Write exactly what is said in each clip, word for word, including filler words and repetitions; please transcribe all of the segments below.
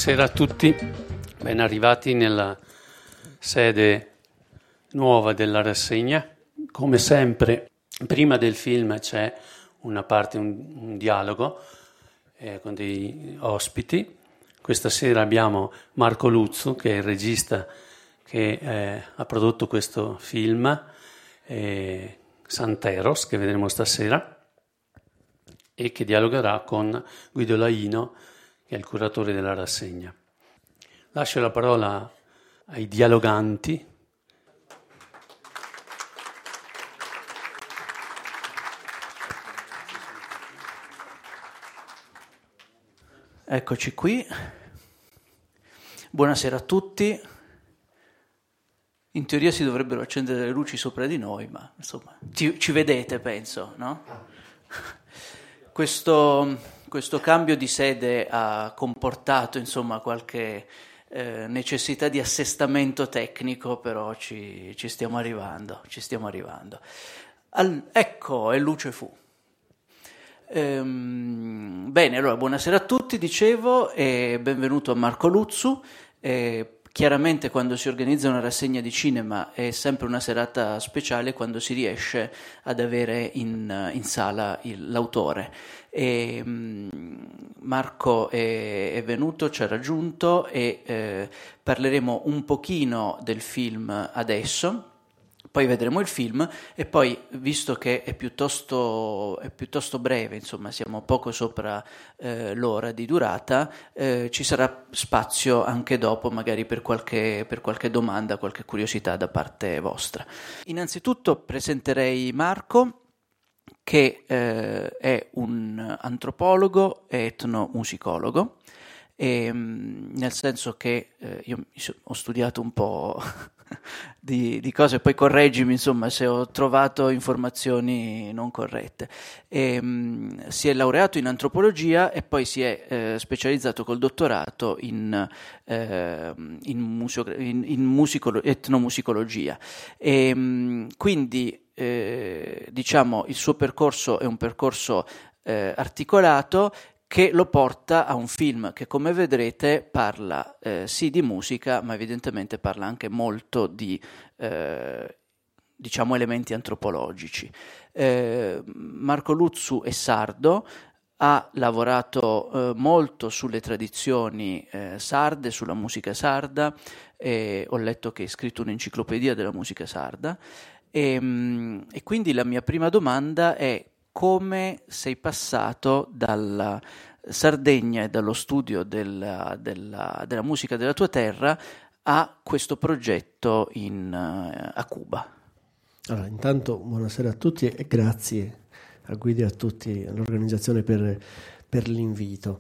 Buonasera a tutti, ben arrivati nella sede nuova della rassegna. Come sempre, prima del film c'è una parte, un, un dialogo eh, con dei ospiti. Questa sera abbiamo Marco Luzzu, che è il regista che eh, ha prodotto questo film, eh, Santeros, che vedremo stasera, e che dialogherà con Guido Laino, che è il curatore della rassegna. Lascio la parola ai dialoganti. Eccoci qui. Buonasera a tutti. In teoria si dovrebbero accendere le luci sopra di noi, ma insomma ci, ci vedete, penso, no? Questo, questo cambio di sede ha comportato, insomma, qualche eh, necessità di assestamento tecnico, però ci, ci stiamo arrivando, ci stiamo arrivando. Al, ecco, e luce fu. Ehm, bene, allora, buonasera a tutti, dicevo, e benvenuto a Marco Luzzu. Eh, Chiaramente quando si organizza una rassegna di cinema è sempre una serata speciale quando si riesce ad avere in, in sala il, l'autore. E, um, Marco è, è venuto, ci ha raggiunto e eh, parleremo un pochino del film adesso. Poi vedremo il film e poi, visto che è piuttosto, è piuttosto breve, insomma siamo poco sopra eh, l'ora di durata, eh, ci sarà spazio anche dopo magari per qualche, per qualche domanda, qualche curiosità da parte vostra. Innanzitutto presenterei Marco, che eh, è un antropologo e etnomusicologo. E, nel senso che eh, io ho studiato un po' di, di cose, poi correggimi insomma se ho trovato informazioni non corrette. E, um, si è laureato in antropologia e poi si è eh, specializzato col dottorato in, eh, in, museo, in, in musicolo, etnomusicologia. E, um, quindi eh, diciamo il suo percorso è un percorso eh, articolato, che lo porta a un film che, come vedrete, parla eh, sì di musica, ma evidentemente parla anche molto di eh, diciamo elementi antropologici. Eh, Marco Luzzu è sardo, ha lavorato eh, molto sulle tradizioni eh, sarde, sulla musica sarda, e ho letto che ha scritto un'enciclopedia della musica sarda, e, mh, e quindi la mia prima domanda è: come sei passato dalla Sardegna e dallo studio della, della, della musica della tua terra a questo progetto in, a Cuba? Allora, intanto buonasera a tutti e grazie a Guido e a tutti, all'organizzazione per, per l'invito.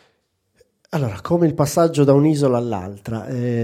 Allora, come il passaggio da un'isola all'altra?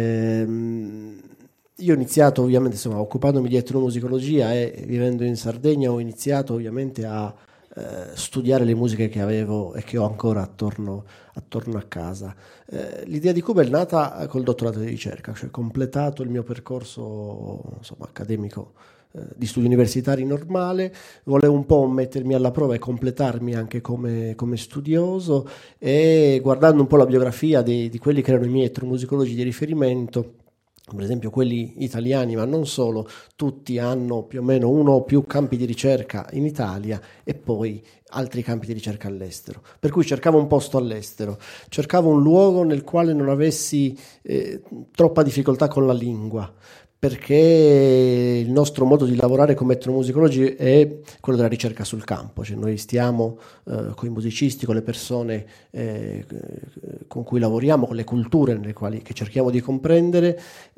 Ehm, io ho iniziato ovviamente, insomma, occupandomi di etnomusicologia e vivendo in Sardegna ho iniziato ovviamente a eh, studiare le musiche che avevo e che ho ancora attorno, attorno a casa. Eh, l'idea di Cuba è nata col dottorato di ricerca, cioè completato il mio percorso, insomma, accademico eh, di studi universitari normale, volevo un po' mettermi alla prova e completarmi anche come, come studioso, e guardando un po' la biografia di, di quelli che erano i miei etnomusicologi di riferimento, per esempio quelli italiani, ma non solo, tutti hanno più o meno uno o più campi di ricerca in Italia e poi altri campi di ricerca all'estero. Per cui cercavo un posto all'estero, cercavo un luogo nel quale non avessi eh, troppa difficoltà con la lingua, perché il nostro modo di lavorare come etnomusicologi è quello della ricerca sul campo, cioè noi stiamo eh, con i musicisti, con le persone eh, con cui lavoriamo, con le culture nelle quali che cerchiamo di comprendere,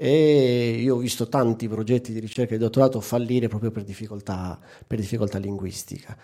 e io ho visto tanti progetti di ricerca e di dottorato fallire proprio per difficoltà, per difficoltà linguistica.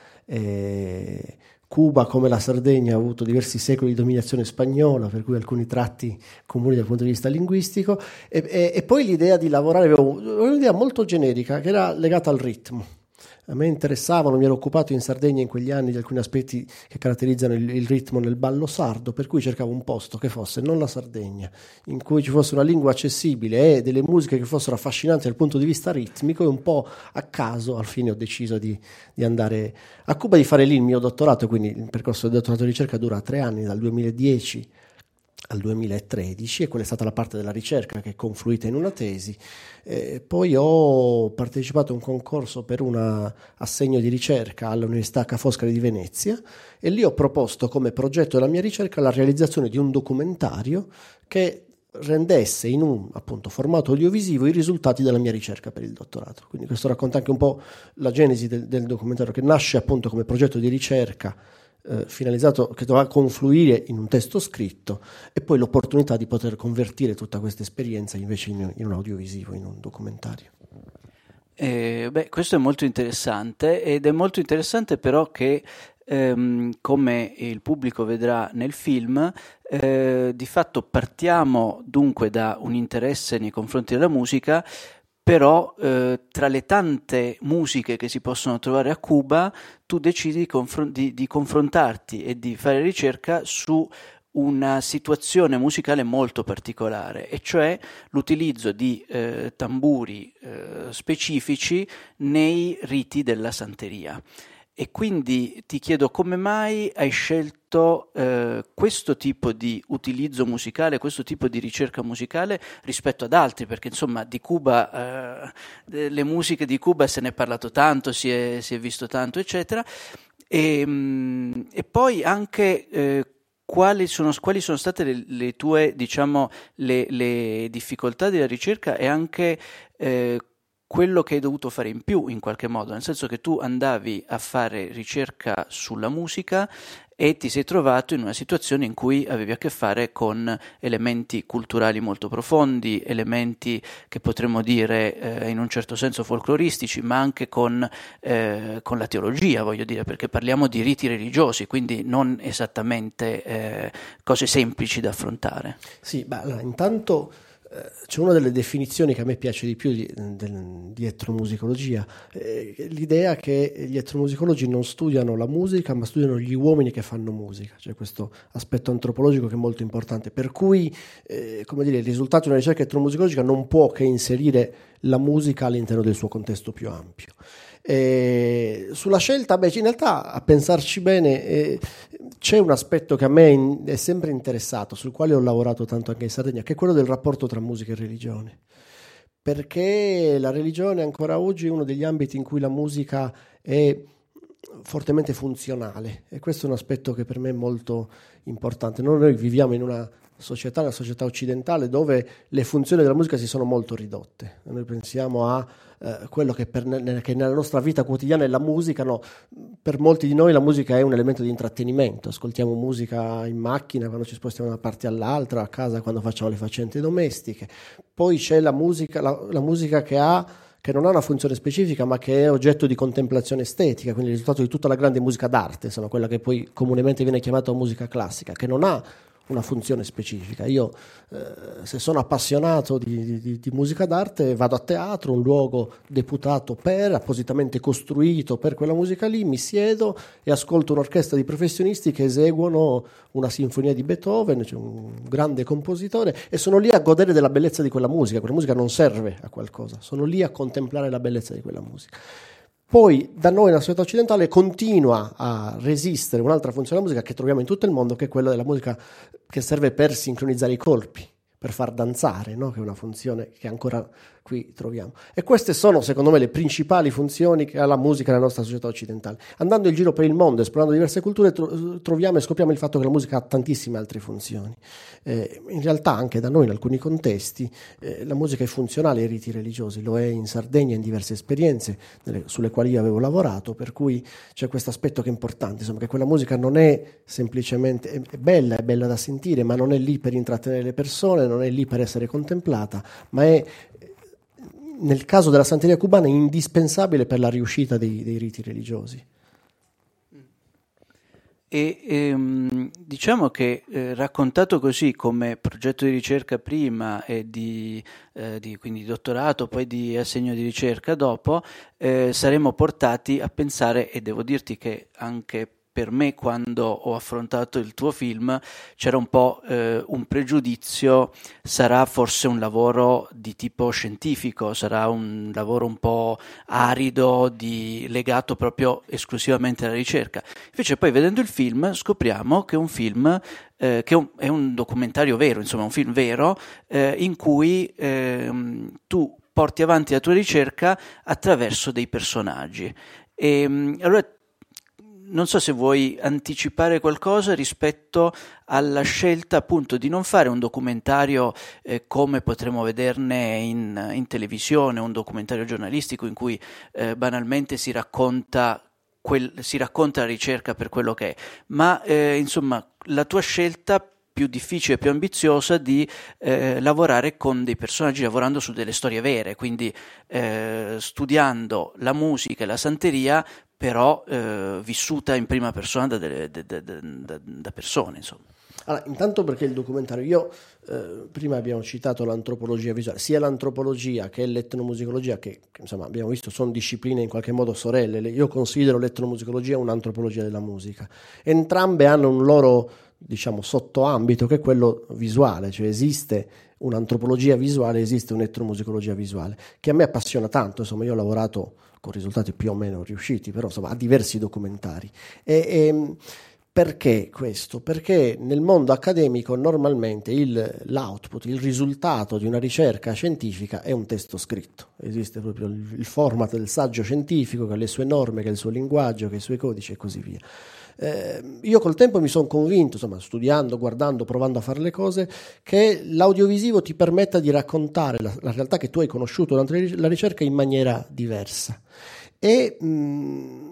E Cuba, come la Sardegna, ha avuto diversi secoli di dominazione spagnola, per cui alcuni tratti comuni dal punto di vista linguistico, e, e, e poi l'idea di lavorare, avevo un'idea molto generica che era legata al ritmo. A me interessavano, mi ero occupato in Sardegna in quegli anni di alcuni aspetti che caratterizzano il, il ritmo nel ballo sardo, per cui cercavo un posto che fosse non la Sardegna, in cui ci fosse una lingua accessibile e delle musiche che fossero affascinanti dal punto di vista ritmico, e un po' a caso alla fine ho deciso di, di andare a Cuba, di fare lì il mio dottorato. Quindi il percorso del dottorato di ricerca dura tre anni, dal duemiladieci al duemilatredici, e quella è stata la parte della ricerca che è confluita in una tesi. Eh, poi ho partecipato a un concorso per un assegno di ricerca all'Università Ca' Foscari di Venezia, e lì ho proposto come progetto della mia ricerca la realizzazione di un documentario che rendesse in un appunto formato audiovisivo i risultati della mia ricerca per il dottorato. Quindi questo racconta anche un po' la genesi del, del documentario, che nasce appunto come progetto di ricerca eh, finalizzato, che doveva confluire in un testo scritto, e poi l'opportunità di poter convertire tutta questa esperienza invece in, in un audiovisivo, in un documentario. Eh, beh, questo è molto interessante, ed è molto interessante però che ehm, come il pubblico vedrà nel film, eh, di fatto partiamo dunque da un interesse nei confronti della musica, però eh, tra le tante musiche che si possono trovare a Cuba tu decidi di, confron- di, di confrontarti e di fare ricerca su una situazione musicale molto particolare, e cioè l'utilizzo di eh, tamburi eh, specifici nei riti della santeria. E quindi ti chiedo come mai hai scelto eh, questo tipo di utilizzo musicale, questo tipo di ricerca musicale rispetto ad altri, perché insomma di Cuba, eh, delle musiche di Cuba se ne è parlato tanto, si è, si è visto tanto, eccetera, e, mh, e poi anche eh, quali sono, quali sono state le, le tue, diciamo, le, le difficoltà della ricerca, e anche eh, quello che hai dovuto fare in più in qualche modo, nel senso che tu andavi a fare ricerca sulla musica e ti sei trovato in una situazione in cui avevi a che fare con elementi culturali molto profondi, elementi che potremmo dire eh, in un certo senso folcloristici, ma anche con, eh, con la teologia, voglio dire, perché parliamo di riti religiosi, quindi non esattamente eh, cose semplici da affrontare. Sì, beh, allora, intanto c'è una delle definizioni che a me piace di più di, di, di etnomusicologia, eh, l'idea che gli etnomusicologi non studiano la musica, ma studiano gli uomini che fanno musica. C'è questo aspetto antropologico che è molto importante, per cui eh, come dire, il risultato di una ricerca etnomusicologica non può che inserire la musica all'interno del suo contesto più ampio. E sulla scelta, beh, in realtà a pensarci bene eh, c'è un aspetto che a me in, è sempre interessato, sul quale ho lavorato tanto anche in Sardegna, che è quello del rapporto tra musica e religione, perché la religione ancora oggi è uno degli ambiti in cui la musica è fortemente funzionale, e questo è un aspetto che per me è molto importante. Noi viviamo in una società, una società occidentale, dove le funzioni della musica si sono molto ridotte. Noi pensiamo a eh, quello che, per ne- che nella nostra vita quotidiana è la musica, no, per molti di noi la musica è un elemento di intrattenimento. Ascoltiamo musica in macchina quando ci spostiamo da una parte all'altra, a casa quando facciamo le faccende domestiche. Poi c'è la musica, la, la musica che ha che non ha una funzione specifica, ma che è oggetto di contemplazione estetica, quindi il risultato di tutta la grande musica d'arte, insomma, quella che poi comunemente viene chiamata musica classica, che non ha una funzione specifica. Io eh, se sono appassionato di, di, di musica d'arte, vado a teatro, un luogo deputato per, appositamente costruito per quella musica lì, mi siedo e ascolto un'orchestra di professionisti che eseguono una sinfonia di Beethoven, cioè un grande compositore, e sono lì a godere della bellezza di quella musica. Quella musica non serve a qualcosa, sono lì a contemplare la bellezza di quella musica. Poi da noi nella società occidentale continua a resistere un'altra funzione della musica che troviamo in tutto il mondo, che è quella della musica che serve per sincronizzare i colpi, per far danzare, no? Che è una funzione che ancora qui troviamo. E queste sono, secondo me, le principali funzioni che ha la musica nella nostra società occidentale. Andando in giro per il mondo, esplorando diverse culture, tro- troviamo e scopriamo il fatto che la musica ha tantissime altre funzioni. Eh, in realtà anche da noi in alcuni contesti eh, la musica è funzionale ai riti religiosi, lo è in Sardegna in diverse esperienze nelle, sulle quali io avevo lavorato, per cui c'è questo aspetto che è importante, insomma, che quella musica non è semplicemente, è, è bella, è bella da sentire, ma non è lì per intrattenere le persone, non è lì per essere contemplata, ma è, nel caso della santeria cubana, indispensabile per la riuscita dei, dei riti religiosi. E ehm, diciamo che eh, raccontato così come progetto di ricerca prima e di, eh, di quindi dottorato, poi di assegno di ricerca dopo, eh, saremo portati a pensare, e devo dirti che anche per me, quando ho affrontato il tuo film, c'era un po' eh, un pregiudizio: sarà forse un lavoro di tipo scientifico, sarà un lavoro un po' arido, di, legato proprio esclusivamente alla ricerca. Invece poi, vedendo il film, scopriamo che è un film, eh, che è un, è un documentario vero, insomma un film vero, eh, in cui eh, tu porti avanti la tua ricerca attraverso dei personaggi. E allora non so se vuoi anticipare qualcosa rispetto alla scelta, appunto, di non fare un documentario eh, come potremmo vederne in, in televisione, un documentario giornalistico in cui eh, banalmente si racconta, quel, si racconta la ricerca per quello che è, ma eh, insomma la tua scelta più difficile e più ambiziosa di eh, lavorare con dei personaggi, lavorando su delle storie vere, quindi eh, studiando la musica e la santeria, però eh, vissuta in prima persona da, delle, da, da, da, da persone, insomma. Allora, intanto perché il documentario, io eh, prima abbiamo citato l'antropologia visuale, sia l'antropologia che l'etnomusicologia, che, che insomma abbiamo visto sono discipline in qualche modo sorelle. Io considero l'etnomusicologia un'antropologia della musica. Entrambe hanno un loro, diciamo, sottoambito, che è quello visuale, cioè esiste un'antropologia visuale, esiste un'etnomusicologia visuale, che a me appassiona tanto. Insomma, io ho lavorato con risultati più o meno riusciti, però insomma a diversi documentari. E, e perché questo? Perché nel mondo accademico normalmente il, l'output, il risultato di una ricerca scientifica è un testo scritto. Esiste proprio il, il format del saggio scientifico, che ha le sue norme, che ha il suo linguaggio, che ha i suoi codici e così via. Eh, io col tempo mi sono convinto, insomma, studiando, guardando, provando a fare le cose, che l'audiovisivo ti permetta di raccontare la, la realtà che tu hai conosciuto durante la ricerca in maniera diversa. E mh,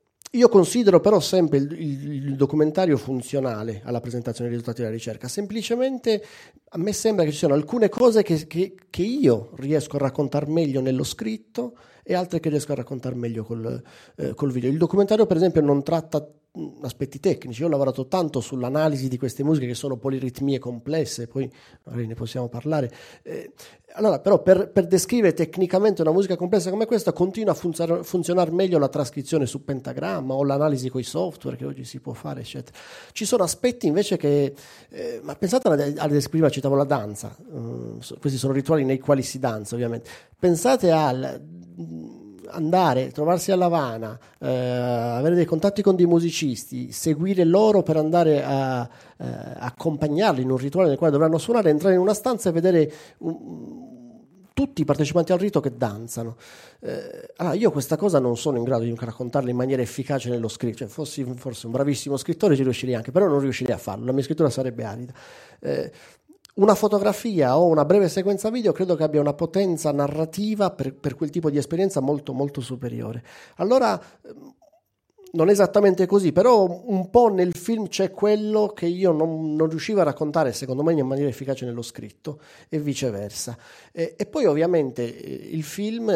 io considero però sempre il, il, il documentario funzionale alla presentazione dei risultati della ricerca. Semplicemente a me sembra che ci siano alcune cose che, che, che io riesco a raccontare meglio nello scritto e altre che riesco a raccontare meglio col, eh, col video. Il documentario, per esempio, non tratta aspetti tecnici. Io ho lavorato tanto sull'analisi di queste musiche, che sono poliritmie complesse, poi magari ne possiamo parlare. Eh, allora, però, per, per descrivere tecnicamente una musica complessa come questa, continua a funzionare, funzionare meglio la trascrizione su pentagramma o l'analisi con i software che oggi si può fare, eccetera. Ci sono aspetti invece che, eh, ma pensate alla, alla descriva, citavo la danza, uh, questi sono rituali nei quali si danza, ovviamente. Pensate al andare, trovarsi a L'Avana, eh, avere dei contatti con dei musicisti, seguire loro per andare a eh, accompagnarli in un rituale nel quale dovranno suonare, entrare in una stanza e vedere un, tutti i partecipanti al rito che danzano. Eh, allora io questa cosa non sono in grado di raccontarla in maniera efficace nello scritto, cioè fossi forse un bravissimo scrittore ci riuscirei anche, però non riuscirei a farlo, la mia scrittura sarebbe arida. Eh, Una fotografia o una breve sequenza video credo che abbia una potenza narrativa per, per quel tipo di esperienza molto molto superiore. Allora non è esattamente così, però un po' nel film c'è quello che io non, non riuscivo a raccontare secondo me in maniera efficace nello scritto e viceversa. E, e poi ovviamente il film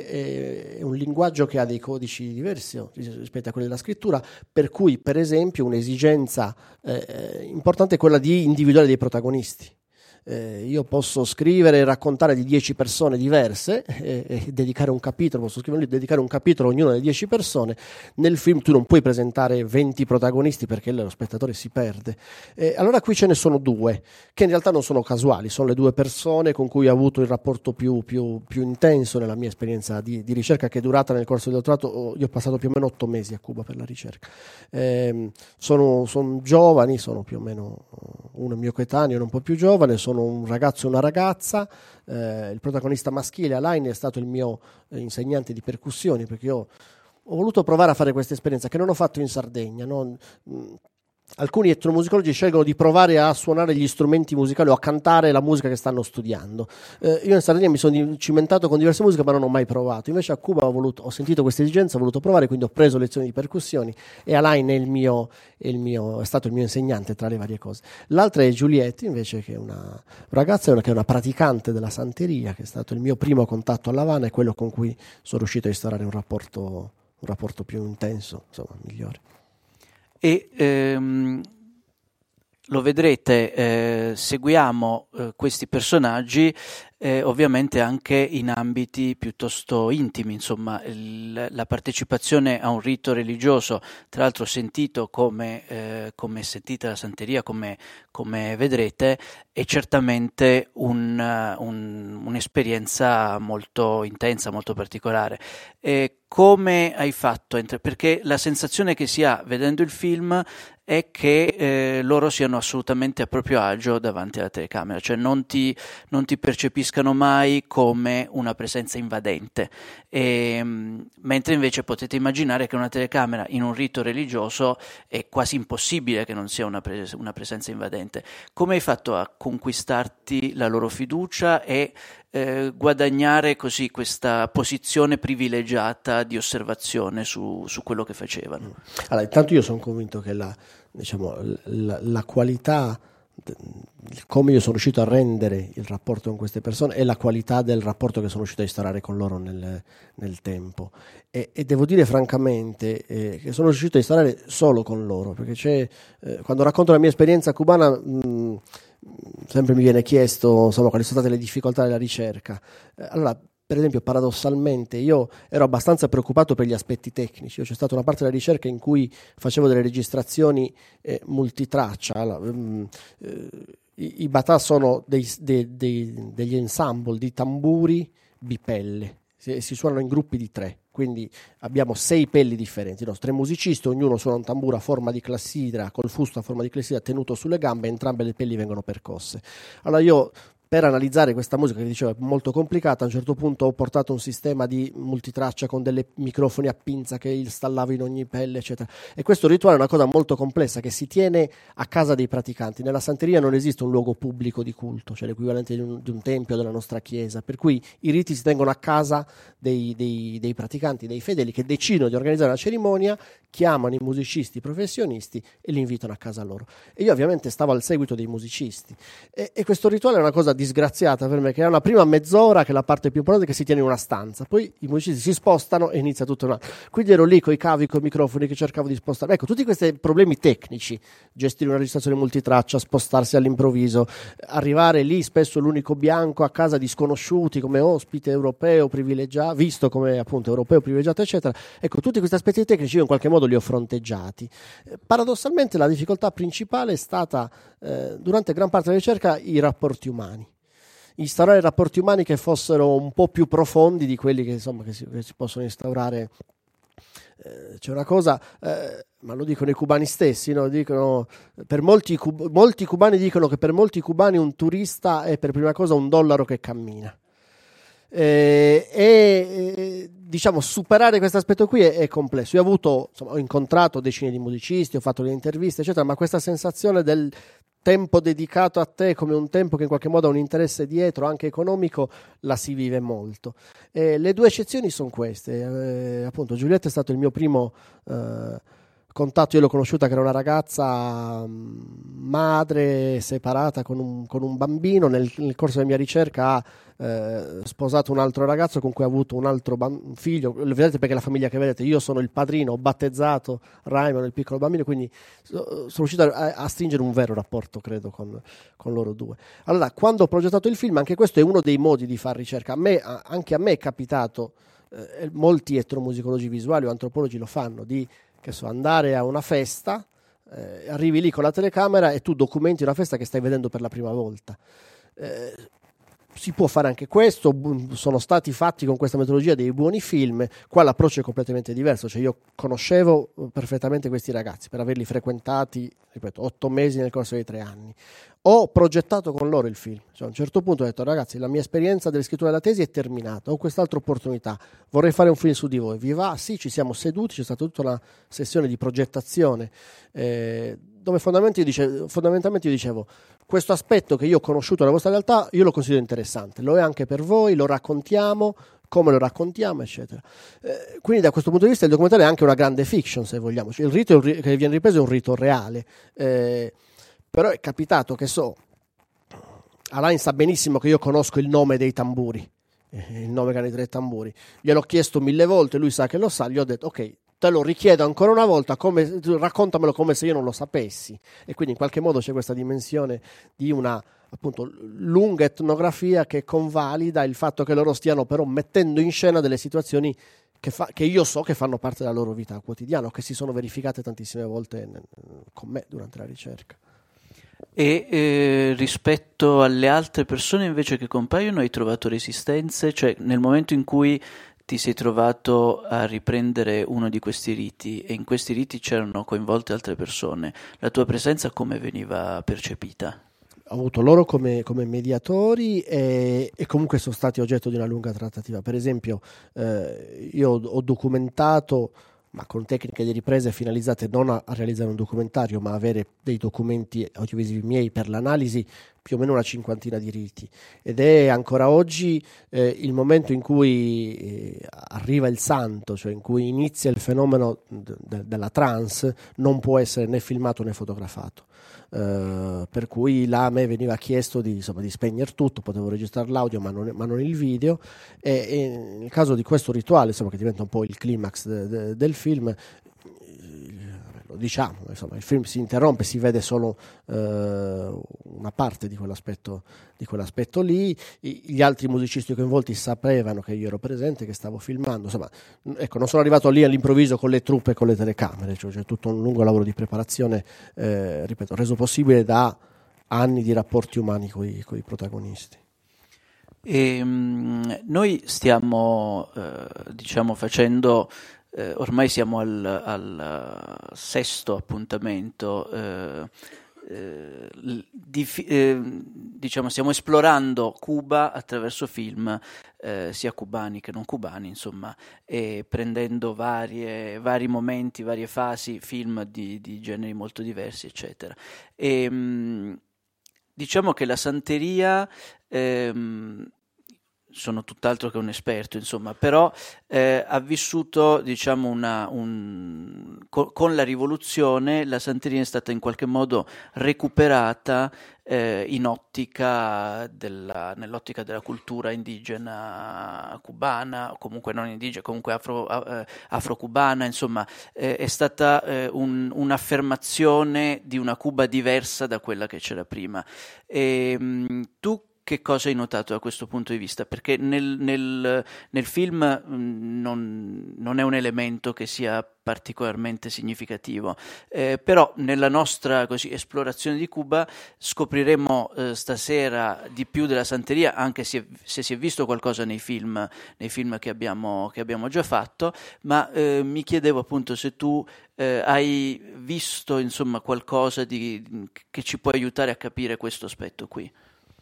è, è un linguaggio che ha dei codici diversi rispetto a quelli della scrittura, per cui per esempio un'esigenza eh, importante è quella di individuare dei protagonisti. Eh, io posso scrivere e raccontare di dieci persone diverse e, e dedicare un capitolo, posso scrivere e dedicare un capitolo a ognuna delle dieci persone. Nel film tu non puoi presentare venti protagonisti perché lo spettatore si perde. Eh, allora qui ce ne sono due, che in realtà non sono casuali, sono le due persone con cui ho avuto il rapporto più, più, più intenso nella mia esperienza di, di ricerca, che è durata nel corso del dottorato. Io ho passato più o meno otto mesi a Cuba per la ricerca. Eh, sono, sono giovani, sono più o meno, uno è mio coetaneo, uno un po' più giovane, sono un ragazzo e una ragazza. Eh, il protagonista maschile, Alain, è stato il mio eh, insegnante di percussioni, perché io ho voluto provare a fare questa esperienza che non ho fatto in Sardegna, no? Alcuni etnomusicologi scelgono di provare a suonare gli strumenti musicali o a cantare la musica che stanno studiando. Eh, io in Sardegna mi sono cimentato con diverse musiche, ma non ho mai provato. Invece a Cuba ho, voluto, ho sentito questa esigenza, ho voluto provare, quindi ho preso lezioni di percussioni e Alain è, il mio, è, il mio, è stato il mio insegnante tra le varie cose. L'altra è Giulietta, invece, che è una ragazza che è una praticante della santeria, che è stato il mio primo contatto a L'Avana e quello con cui sono riuscito a instaurare un rapporto, un rapporto più intenso, insomma, migliore. E ehm, lo vedrete, eh, seguiamo eh, questi personaggi eh, ovviamente anche in ambiti piuttosto intimi, insomma il, la partecipazione a un rito religioso, tra l'altro sentito come, eh, come sentite la santeria, come, come vedrete, è certamente un, un, un'esperienza molto intensa, molto particolare. E come hai fatto? Perché la sensazione che si ha vedendo il film è che eh, loro siano assolutamente a proprio agio davanti alla telecamera, cioè non ti, non ti percepiscano mai come una presenza invadente, e, mentre invece potete immaginare che una telecamera in un rito religioso è quasi impossibile che non sia una, pres- una presenza invadente. Come hai fatto a conquistarti la loro fiducia e eh, guadagnare così questa posizione privilegiata di osservazione su, su quello che facevano? Allora, intanto io sono convinto che la, diciamo, la, la qualità, come io sono riuscito a rendere il rapporto con queste persone, è la qualità del rapporto che sono riuscito a instaurare con loro nel, nel tempo. E, e devo dire francamente eh, che sono riuscito a instaurare solo con loro, perché c'è, eh, quando racconto la mia esperienza cubana, mh, sempre mi viene chiesto, insomma, quali sono state le difficoltà della ricerca. Eh, allora, per esempio, paradossalmente, io ero abbastanza preoccupato per gli aspetti tecnici. Io, c'è stata una parte della ricerca in cui facevo delle registrazioni eh, multitraccia. Allora, mh, eh, i, i batà sono dei, dei, dei, degli ensemble di tamburi bipelle, si, si suonano in gruppi di tre. Quindi abbiamo sei pelli differenti, no? Tre musicisti, ognuno suona un tamburo a forma di clessidra, col fusto a forma di clessidra tenuto sulle gambe, e entrambe le pelli vengono percosse. Allora io, per analizzare questa musica, che dicevo è molto complicata, a un certo punto ho portato un sistema di multitraccia con dei microfoni a pinza che installavo in ogni pelle, eccetera. E questo rituale è una cosa molto complessa che si tiene a casa dei praticanti. Nella santeria non esiste un luogo pubblico di culto, cioè l'equivalente di un, di un tempio della nostra chiesa, per cui i riti si tengono a casa dei, dei, dei praticanti, dei fedeli, che decidono di organizzare la cerimonia, chiamano i musicisti, i professionisti e li invitano a casa loro. E io ovviamente stavo al seguito dei musicisti. E, e questo rituale è una cosa disgraziata per me, che è una prima mezz'ora, che è la parte più importante, che si tiene in una stanza, poi i musicisti si spostano e inizia tutto una... Quindi ero lì con i cavi, con i microfoni che cercavo di spostare. Ecco, tutti questi problemi tecnici, gestire una registrazione multitraccia, spostarsi all'improvviso, arrivare lì spesso l'unico bianco a casa di sconosciuti come ospite europeo privilegiato, visto come appunto europeo privilegiato, eccetera. Ecco, tutti questi aspetti tecnici io in qualche modo li ho fronteggiati. Eh, paradossalmente la difficoltà principale è stata eh, durante gran parte della ricerca i rapporti umani. Instaurare rapporti umani che fossero un po' più profondi di quelli che, insomma, che si, che si possono instaurare. Eh, c'è una cosa, eh, ma lo dicono i cubani stessi, no? Dicono, per molti, cub- molti cubani dicono che per molti cubani un turista è per prima cosa un dollaro che cammina. Eh, e eh, diciamo superare questo aspetto qui è, è complesso. Io ho avuto, insomma, ho incontrato decine di musicisti, ho fatto le interviste, eccetera, ma questa sensazione del tempo dedicato a te come un tempo che in qualche modo ha un interesse dietro, anche economico, la si vive molto. E le due eccezioni sono queste. Eh, appunto, Giulietta è stato il mio primo eh, contatto. Io l'ho conosciuta che era una ragazza madre separata con un, con un bambino. Nel, nel corso della mia ricerca ha eh, sposato un altro ragazzo con cui ha avuto un altro bam- figlio. Lo vedete perché la famiglia che vedete, io sono il padrino, ho battezzato Raymond, il piccolo bambino, quindi sono riuscito a, a stringere un vero rapporto, credo, con, con loro due. Allora, quando ho progettato il film, anche questo è uno dei modi di fare ricerca. A me, anche a me è capitato, eh, molti etnomusicologi visuali o antropologi lo fanno, di che so, andare a una festa, eh, arrivi lì con la telecamera e tu documenti una festa che stai vedendo per la prima volta. Eh, si può fare anche questo, sono stati fatti con questa metodologia dei buoni film. Qua l'approccio è completamente diverso, cioè io conoscevo perfettamente questi ragazzi per averli frequentati, ripeto, otto mesi nel corso dei tre anni. Ho progettato con loro il film, cioè, a un certo punto ho detto: ragazzi, la mia esperienza della scrittura della tesi è terminata, ho quest'altra opportunità, vorrei fare un film su di voi, vi va? Sì, ci siamo seduti, c'è stata tutta una sessione di progettazione eh, dove fondamentalmente io, dicevo, fondamentalmente io dicevo: questo aspetto che io ho conosciuto nella vostra realtà io lo considero interessante, lo è anche per voi, lo raccontiamo, come lo raccontiamo, eccetera. Eh, quindi da questo punto di vista il documentario è anche una grande fiction, se vogliamo, cioè, il rito che viene ripreso è un rito reale, eh, però è capitato che so, Alain sa benissimo che io conosco il nome dei tamburi, eh, il nome che hanno i tre tamburi, gliel'ho chiesto mille volte, lui sa che lo sa, gli ho detto: ok, te lo richiedo ancora una volta, come, raccontamelo come se io non lo sapessi. E quindi in qualche modo c'è questa dimensione di una appunto lunga etnografia che convalida il fatto che loro stiano però mettendo in scena delle situazioni che, fa, che io so che fanno parte della loro vita quotidiana, che si sono verificate tantissime volte n- con me durante la ricerca. E eh, rispetto alle altre persone invece che compaiono, hai trovato resistenze? Cioè, nel momento in cui ti sei trovato a riprendere uno di questi riti e in questi riti c'erano coinvolte altre persone, la tua presenza come veniva percepita? Ho avuto loro come, come mediatori e, e comunque sono stati oggetto di una lunga trattativa. Per esempio, eh, io ho, ho documentato, ma con tecniche di riprese finalizzate non a, a realizzare un documentario, ma avere dei documenti audiovisivi miei per l'analisi, più o meno una cinquantina di riti. Ed è ancora oggi eh, il momento in cui eh, arriva il santo, cioè in cui inizia il fenomeno de- de- della trance, non può essere né filmato né fotografato. Uh, per cui là a me veniva chiesto di, insomma, di spegnere tutto, potevo registrare l'audio ma non, ma non il video, e, e nel caso di questo rituale, insomma, che diventa un po' il climax de, de, del film, lo diciamo, insomma, il film si interrompe, si vede solo uh, una parte di quell'aspetto, di quell'aspetto lì. I, gli altri musicisti coinvolti sapevano che io ero presente, che stavo filmando, insomma, ecco, non sono arrivato lì all'improvviso con le truppe e con le telecamere, cioè c'è tutto un lungo lavoro di preparazione, eh, ripeto, reso possibile da anni di rapporti umani con i protagonisti. E, mh, noi stiamo eh, diciamo facendo eh, ormai siamo al, al sesto appuntamento eh, eh, di, eh, diciamo stiamo esplorando Cuba attraverso film eh, sia cubani che non cubani, insomma, e prendendo varie, vari momenti, varie fasi, film di, di generi molto diversi, eccetera. E, mh, diciamo che la santeria, ehm, sono tutt'altro che un esperto, insomma, però eh, ha vissuto, diciamo, una, un, co- con la rivoluzione la santeria è stata in qualche modo recuperata eh, in ottica della, nell'ottica della cultura indigena cubana, o comunque non indigena, comunque afro, eh, afro-cubana, insomma, eh, è stata eh, un, un'affermazione di una Cuba diversa da quella che c'era prima. E, mh, tu che cosa hai notato da questo punto di vista? Perché nel, nel, nel film mh, non, non è un elemento che sia particolarmente significativo, eh, però nella nostra così, esplorazione di Cuba scopriremo eh, stasera di più della santeria, anche se, se si è visto qualcosa nei film, nei film che abbiamo, che abbiamo già fatto, ma eh, mi chiedevo appunto se tu eh, hai visto, insomma, qualcosa di, che ci può aiutare a capire questo aspetto qui.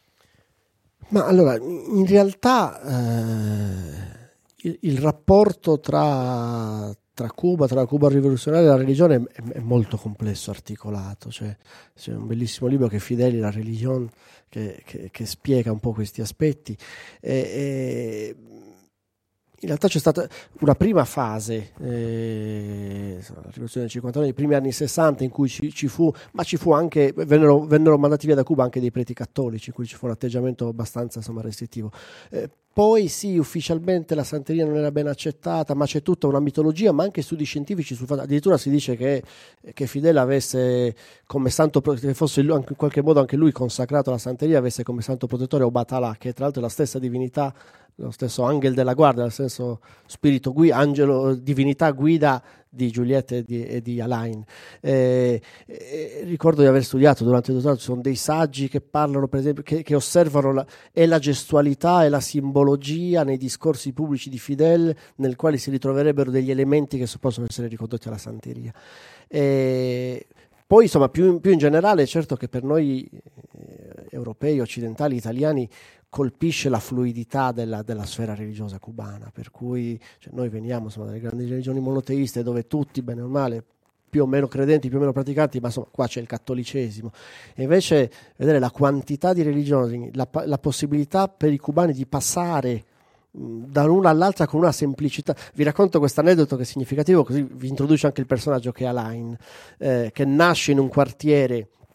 Ma allora, in realtà eh, il, il rapporto tra, tra Cuba, tra la Cuba rivoluzionaria e la religione è, è molto complesso, articolato. Cioè, c'è un bellissimo libro che è Fideli, la religione, che, che, che spiega un po' questi aspetti. E, e in realtà c'è stata una prima fase, eh, la rivoluzione del cinquanta anni, i primi anni sessanta, in cui ci, ci fu, ma ci fu anche, vennero, vennero mandati via da Cuba anche dei preti cattolici, in cui ci fu un atteggiamento abbastanza, insomma, restrittivo. Eh, poi sì, ufficialmente la santeria non era ben accettata, ma c'è tutta una mitologia, ma anche studi scientifici sul fatto, addirittura si dice che, che Fidel avesse come santo, che fosse lui, anche in qualche modo anche lui consacrato alla santeria, avesse come santo protettore Obatalá, che tra l'altro è la stessa divinità, lo stesso angel della guardia, nel senso spirito guida, angelo, divinità guida di Giulietta e di, e di Alain. Eh, eh, ricordo di aver studiato durante il dottorato, ci sono dei saggi che parlano, per esempio, che, che osservano la, e la gestualità e la simbologia nei discorsi pubblici di Fidel, nel quali si ritroverebbero degli elementi che possono essere ricondotti alla santeria. Eh, poi, insomma, più, più in generale, certo che per noi eh, europei, occidentali, italiani, colpisce la fluidità della, della sfera religiosa cubana, per cui cioè, noi veniamo, insomma, dalle grandi religioni monoteiste dove tutti, bene o male, più o meno credenti, più o meno praticanti, ma insomma qua c'è il cattolicesimo. E invece vedere la quantità di religioni, la, la possibilità per i cubani di passare mh, da l'una all'altra con una semplicità. Vi racconto questo aneddoto che è significativo, così vi introduce anche il personaggio che è Alain, eh, che nasce in un quartiere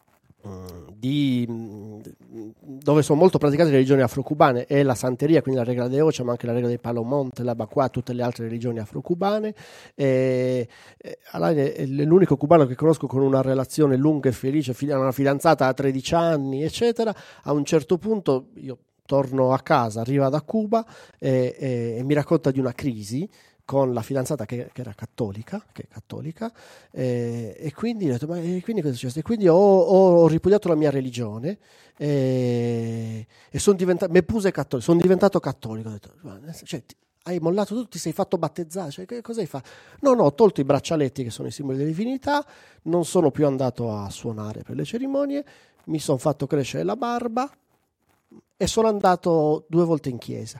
Di, dove sono molto praticate le religioni afro-cubane è la santeria, quindi la regola de Ocha, ma anche la regola dei Palomonte, la Bakwa, tutte le altre religioni afro-cubane. E, e, Alain è l'unico cubano che conosco con una relazione lunga e felice, una fidanzata a tredici anni, eccetera. A un certo punto io torno a casa, arriva da Cuba e, e, e mi racconta di una crisi con la fidanzata che, che era cattolica, che è cattolica, eh, e quindi ho detto, ma e quindi cosa è successo? E quindi ho, ho, ho ripudiato la mia religione e, e sono diventato, me puse cattolico, sono diventato cattolico. Ho detto, cioè, hai mollato tutto, ti sei fatto battezzare, cioè, che cosa hai fatto? No, no, ho tolto i braccialetti che sono i simboli delle divinità, non sono più andato a suonare per le cerimonie, mi sono fatto crescere la barba e sono andato due volte in chiesa.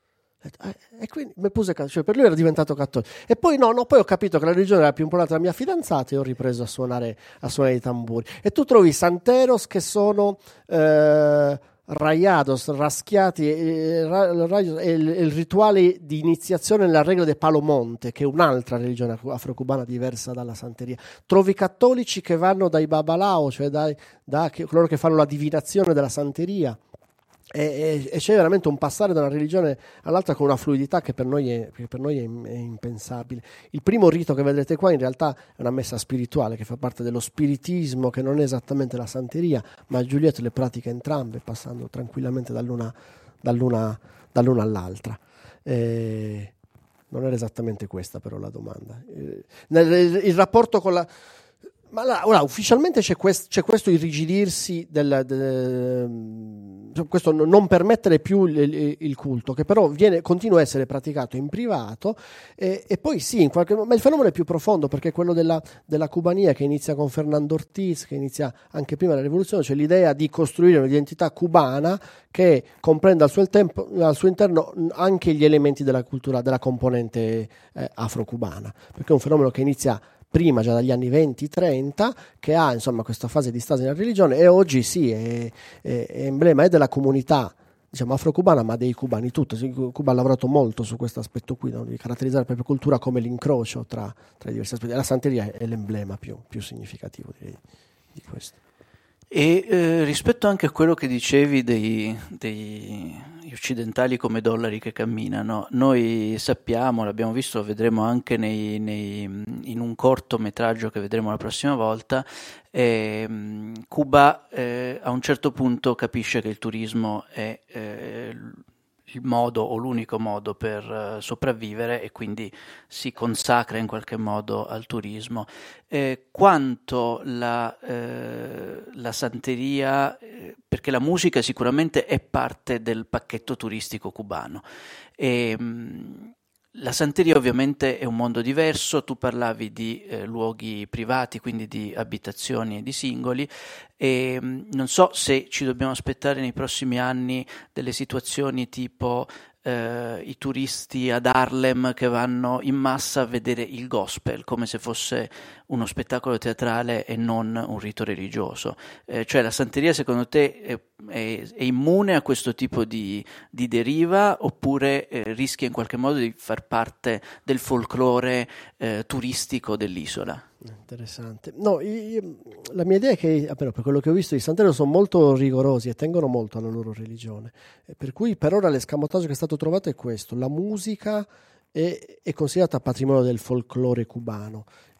E quindi mi puse, cioè per lui era diventato cattolico. E poi no, no, poi ho capito che la religione era più importante della mia fidanzata e ho ripreso a suonare, a suonare i tamburi. E tu trovi santeros che sono eh, rayados, raschiati, eh, ra, e il, il rituale di iniziazione nella regola del Palomonte, che è un'altra religione afro-cubana diversa dalla santeria. Trovi cattolici che vanno dai babalao, cioè dai, da che, coloro che fanno la divinazione della santeria. E, e c'è veramente un passare da una religione all'altra con una fluidità che per noi è, che per noi è, è impensabile. Il primo rito che vedrete qua in realtà è una messa spirituale che fa parte dello spiritismo, che non è esattamente la santeria, ma Juliette le pratica entrambe, passando tranquillamente dall'una, dall'una, dall'una all'altra. E non era esattamente questa però la domanda. Eh, nel, il, il rapporto con la... Ma là, ora, ufficialmente c'è, quest, c'è questo irrigidirsi del, del, questo non permettere più il, il culto, che però viene, continua a essere praticato in privato, e, e poi sì, in qualche, ma il fenomeno è più profondo, perché è quello della, della cubania, che inizia con Fernando Ortiz, che inizia anche prima della rivoluzione, cioè l'idea di costruire un'identità cubana che comprenda al suo, tempo, al suo interno anche gli elementi della cultura, della componente eh, afro-cubana, perché è un fenomeno che inizia prima, già dagli anni venti trenta, che ha insomma questa fase di stasi nella religione, e oggi sì è, è, è emblema è della comunità, diciamo, afro-cubana, ma dei cubani tutti. Cuba ha lavorato molto su questo aspetto qui, no? Di caratterizzare la propria cultura come l'incrocio tra, tra i diversi aspetti. La santeria è l'emblema più, più significativo, direi, di questo. E eh, rispetto anche a quello che dicevi dei, dei occidentali come dollari che camminano, noi sappiamo, l'abbiamo visto, lo vedremo anche nei, nei, in un cortometraggio che vedremo la prossima volta, eh, Cuba eh, a un certo punto capisce che il turismo è eh, il modo o l'unico modo per uh, sopravvivere, e quindi si consacra in qualche modo al turismo. Eh, quanto la, eh, la santeria, eh, perché la musica sicuramente è parte del pacchetto turistico cubano, e mh, la santeria ovviamente è un mondo diverso. Tu parlavi di eh, luoghi privati, quindi di abitazioni e di singoli, e mh, non so se ci dobbiamo aspettare nei prossimi anni delle situazioni tipo eh, i turisti ad Harlem che vanno in massa a vedere il gospel come se fosse uno spettacolo teatrale e non un rito religioso. Eh, cioè la santeria secondo te è, è, è immune a questo tipo di, di deriva, oppure eh, rischia in qualche modo di far parte del folklore eh, turistico dell'isola? Interessante. No, io, la mia idea è che, almeno per quello che ho visto, i santeros sono molto rigorosi e tengono molto alla loro religione, e per cui per ora l'escamotaggio che è stato trovato è questo: la musica è, è considerata patrimonio del folklore cubano.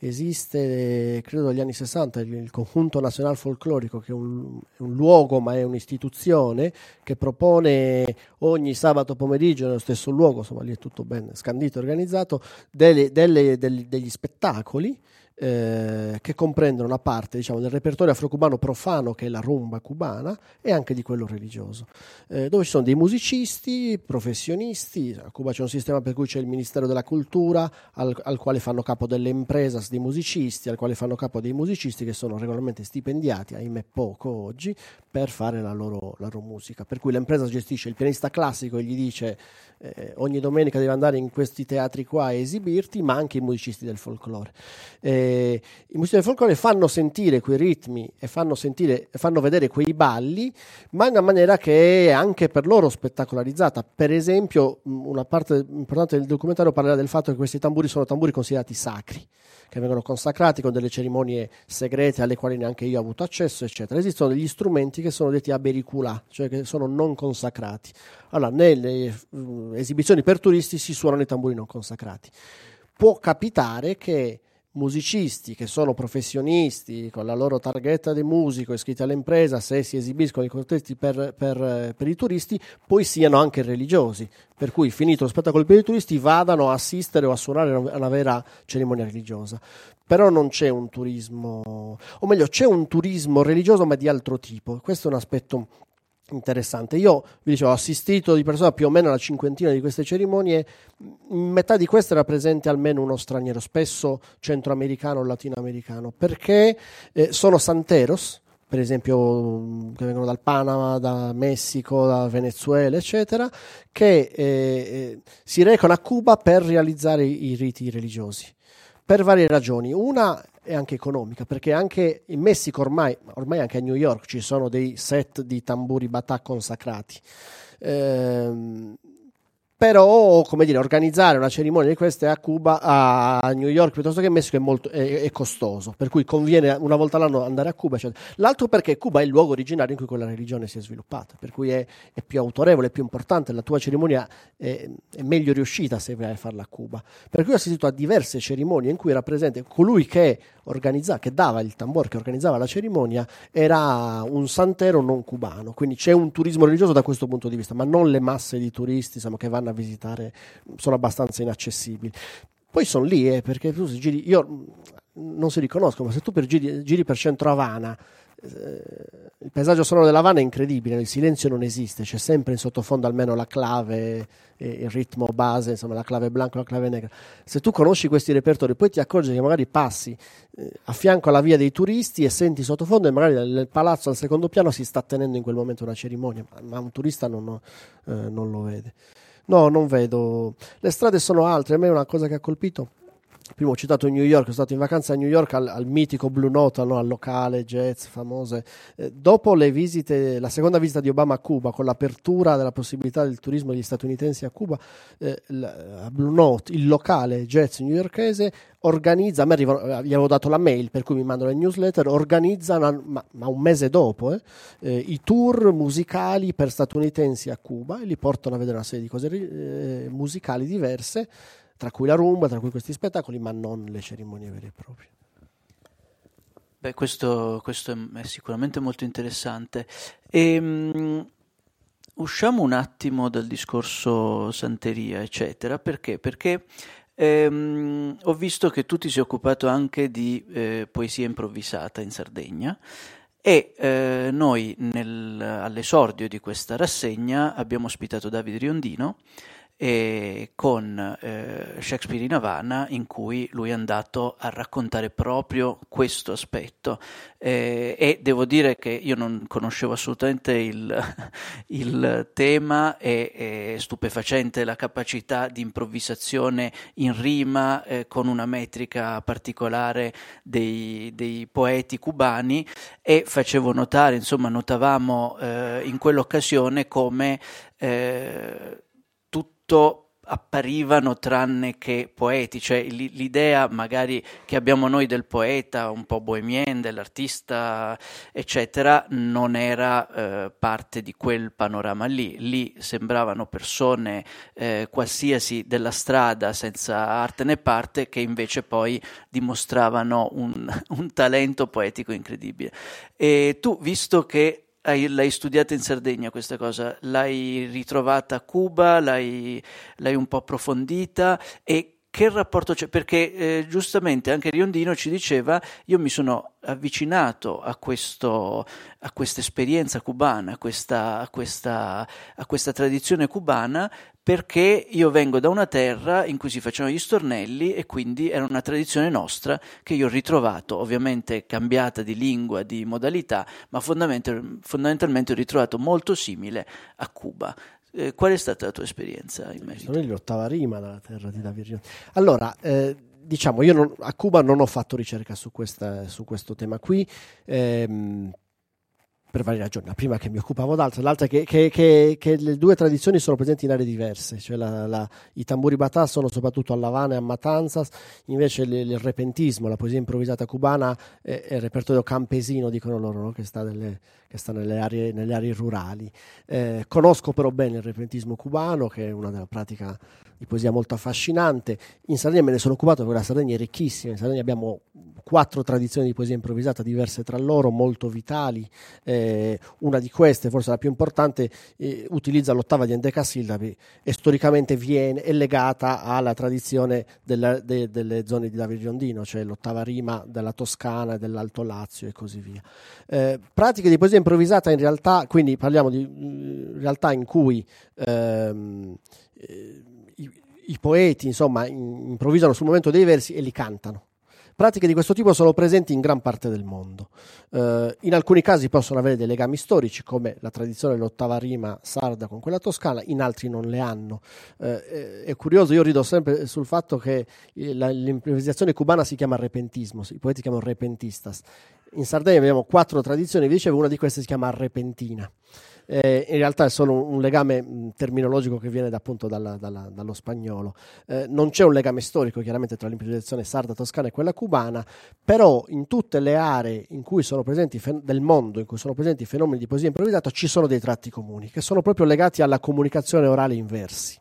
Esiste, credo dagli anni sessanta, il, il Conjunto Nazional Folclorico, che è un, è un luogo ma è un'istituzione che propone ogni sabato pomeriggio nello stesso luogo, insomma lì è tutto ben scandito e organizzato, delle, delle, degli, degli spettacoli Eh, che comprendono una parte, diciamo, del repertorio afro-cubano profano, che è la rumba cubana, e anche di quello religioso, eh, dove ci sono dei musicisti professionisti. A Cuba c'è un sistema per cui c'è il Ministero della Cultura al, al quale fanno capo delle empresas di musicisti, al quale fanno capo dei musicisti che sono regolarmente stipendiati, ahimè poco oggi, per fare la loro, la loro musica, per cui l'impresa gestisce il pianista classico e gli dice eh, ogni domenica devi andare in questi teatri qua a esibirti, ma anche i musicisti del folklore. Eh, eh, i musicisti del folklore fanno sentire quei ritmi e fanno sentire, fanno vedere quei balli, ma in una maniera che è anche per loro spettacolarizzata. Per esempio, una parte importante del documentario parlerà del fatto che questi tamburi sono tamburi considerati sacri, che vengono consacrati con delle cerimonie segrete alle quali neanche io ho avuto accesso, eccetera. Esistono degli strumenti che sono detti abericula, cioè che sono non consacrati. Allora, nelle uh, esibizioni per turisti si suonano i tamburi non consacrati. Può capitare che musicisti che sono professionisti con la loro targhetta di musico iscritti all'impresa, se si esibiscono i contesti per, per, per i turisti, poi siano anche religiosi, per cui finito lo spettacolo per i turisti vadano a assistere o a suonare una vera cerimonia religiosa. Però non c'è un turismo, o meglio c'è un turismo religioso ma di altro tipo. Questo è un aspetto interessante. Io vi dicevo, ho assistito di persona più o meno alla cinquantina di queste cerimonie. In metà di queste era presente almeno uno straniero, spesso centroamericano o latinoamericano, perché eh, sono santeros, per esempio, che vengono dal Panama, da Messico, da Venezuela, eccetera, che eh, si recano a Cuba per realizzare i, i riti religiosi, per varie ragioni. Una è anche economica, perché anche in Messico ormai, ormai anche a New York ci sono dei set di tamburi batà consacrati. Ehm, però, come dire, organizzare una cerimonia di queste a Cuba, a New York piuttosto che in Messico è molto è, è costoso, per cui conviene una volta all'anno andare a Cuba, eccetera. L'altro perché Cuba è il luogo originario in cui quella religione si è sviluppata, per cui è, è più autorevole, è più importante, la tua cerimonia è, è meglio riuscita se vai a farla a Cuba. Per cui ho assistito a diverse cerimonie in cui era presente colui che organizzava, che dava il tamburo, che organizzava la cerimonia, era un santero non cubano, quindi c'è un turismo religioso da questo punto di vista, ma non le masse di turisti, insomma, che vanno a visitare, sono abbastanza inaccessibili. Poi sono lì, eh, perché tu se giri, io non si riconoscono, ma se tu per giri, giri per centro Havana, eh, il paesaggio sonoro dell'Havana è incredibile, il silenzio non esiste, c'è sempre in sottofondo almeno la clave, eh, il ritmo base, insomma la clave bianca, la clave negra. Se tu conosci questi repertori, poi ti accorgi che magari passi eh, a fianco alla via dei turisti e senti sottofondo e magari nel palazzo al secondo piano si sta tenendo in quel momento una cerimonia, ma, ma un turista non, eh, non lo vede. No, non vedo. Le strade sono altre. A me è una cosa che ha colpito. Prima ho citato New York, sono stato in vacanza a New York al, al mitico Blue Note, no? Al locale jazz famose. Eh, dopo le visite, la seconda visita di Obama a Cuba, con l'apertura della possibilità del turismo degli statunitensi a Cuba, eh, la, a Blue Note, il locale jazz newyorkese organizza, a me arrivano, gli avevo dato la mail per cui mi mandano le newsletter, organizza una, ma, ma un mese dopo eh, eh, i tour musicali per statunitensi a Cuba e li portano a vedere una serie di cose eh, musicali diverse, tra cui la rumba, tra cui questi spettacoli, ma non le cerimonie vere e proprie. Beh, questo, questo è sicuramente molto interessante. E, um, usciamo un attimo dal discorso santeria, eccetera, perché? Perché ehm, ho visto che tu ti sei occupato anche di eh, poesia improvvisata in Sardegna e eh, noi nel, all'esordio di questa rassegna abbiamo ospitato Davide Riondino, e con eh, Shakespeare in Havana, in cui lui è andato a raccontare proprio questo aspetto eh, e devo dire che io non conoscevo assolutamente il, il tema, e è stupefacente la capacità di improvvisazione in rima eh, con una metrica particolare dei, dei poeti cubani, e facevo notare, insomma notavamo eh, in quell'occasione come eh, apparivano tranne che poeti, cioè l'idea magari che abbiamo noi del poeta un po' bohemien, dell'artista eccetera, non era eh, parte di quel panorama lì. Lì sembravano persone eh, qualsiasi della strada, senza arte né parte, che invece poi dimostravano un, un talento poetico incredibile. E tu, visto che l'hai studiata in Sardegna questa cosa, l'hai ritrovata a Cuba, l'hai, l'hai un po' approfondita, e che rapporto c'è? Perché eh, giustamente anche Riondino ci diceva, io mi sono avvicinato a questo, a questa esperienza cubana, a questa, a questa, a questa tradizione cubana, perché io vengo da una terra in cui si facevano gli stornelli e quindi era una tradizione nostra che io ho ritrovato, ovviamente cambiata di lingua, di modalità, ma fondamentalmente, fondamentalmente ho ritrovato molto simile a Cuba. Eh, qual è stata la tua esperienza in merito? Sono l'ottava rima dalla terra di Davide. Allora, eh, diciamo, io non, a Cuba non ho fatto ricerca su, questa, su questo tema qui, ehm, per varie ragioni. La prima che mi occupavo d'altro, l'altra che, che, che, che le due tradizioni sono presenti in aree diverse, cioè la, la, i tamburi batà sono soprattutto a La Habana e a Matanzas, invece il, il repentismo, la poesia improvvisata cubana è, è il repertorio campesino, dicono loro, no? che sta, delle, che sta nelle, aree, nelle aree rurali. Eh, conosco però bene il repentismo cubano, che è una della pratica di poesia molto affascinante. In Sardegna me ne sono occupato perché la Sardegna è ricchissima, in Sardegna abbiamo quattro tradizioni di poesia improvvisata diverse tra loro, molto vitali. Eh, una di queste, forse la più importante, eh, utilizza l'ottava di endecasillabi e storicamente viene, è legata alla tradizione della, de, delle zone di Davide Riondino, cioè l'ottava rima della Toscana e dell'Alto Lazio e così via. Eh, pratiche di poesia improvvisata in realtà, quindi parliamo di in realtà in cui ehm, eh, i, i poeti insomma in, improvvisano sul momento dei versi e li cantano. Pratiche di questo tipo sono presenti in gran parte del mondo. Eh, in alcuni casi possono avere dei legami storici, come la tradizione dell'ottava rima sarda con quella toscana, in altri non le hanno. Eh, è curioso, io rido sempre sul fatto che la, l'improvvisazione cubana si chiama repentismo, i poeti chiamano repentistas. In Sardegna abbiamo quattro tradizioni, vi dicevo, una di queste si chiama repentina. Eh, in realtà è solo un legame mh, terminologico che viene da, appunto dalla, dalla, dallo spagnolo. Eh, non c'è un legame storico chiaramente tra l'improvvisazione sarda toscana e quella cubana, però in tutte le aree in cui sono presenti fen- del mondo in cui sono presenti fenomeni di poesia improvvisata ci sono dei tratti comuni che sono proprio legati alla comunicazione orale in versi.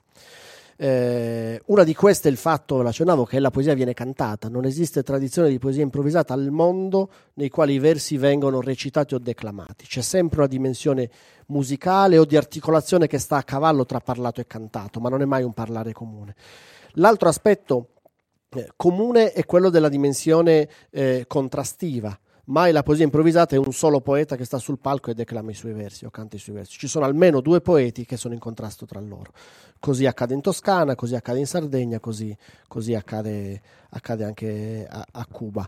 Eh, una di queste è il fatto, l'accennavo, che la poesia viene cantata. Non esiste tradizione di poesia improvvisata al mondo nei quali i versi vengono recitati o declamati. C'è sempre una dimensione musicale o di articolazione che sta a cavallo tra parlato e cantato, ma non è mai un parlare comune. L'altro aspetto eh, comune è quello della dimensione eh, contrastiva. Mai la poesia improvvisata è un solo poeta che sta sul palco e declama i suoi versi o canta i suoi versi. Ci sono almeno due poeti che sono in contrasto tra loro. Così accade in Toscana, così accade in Sardegna, così, così accade, accade anche a, a Cuba.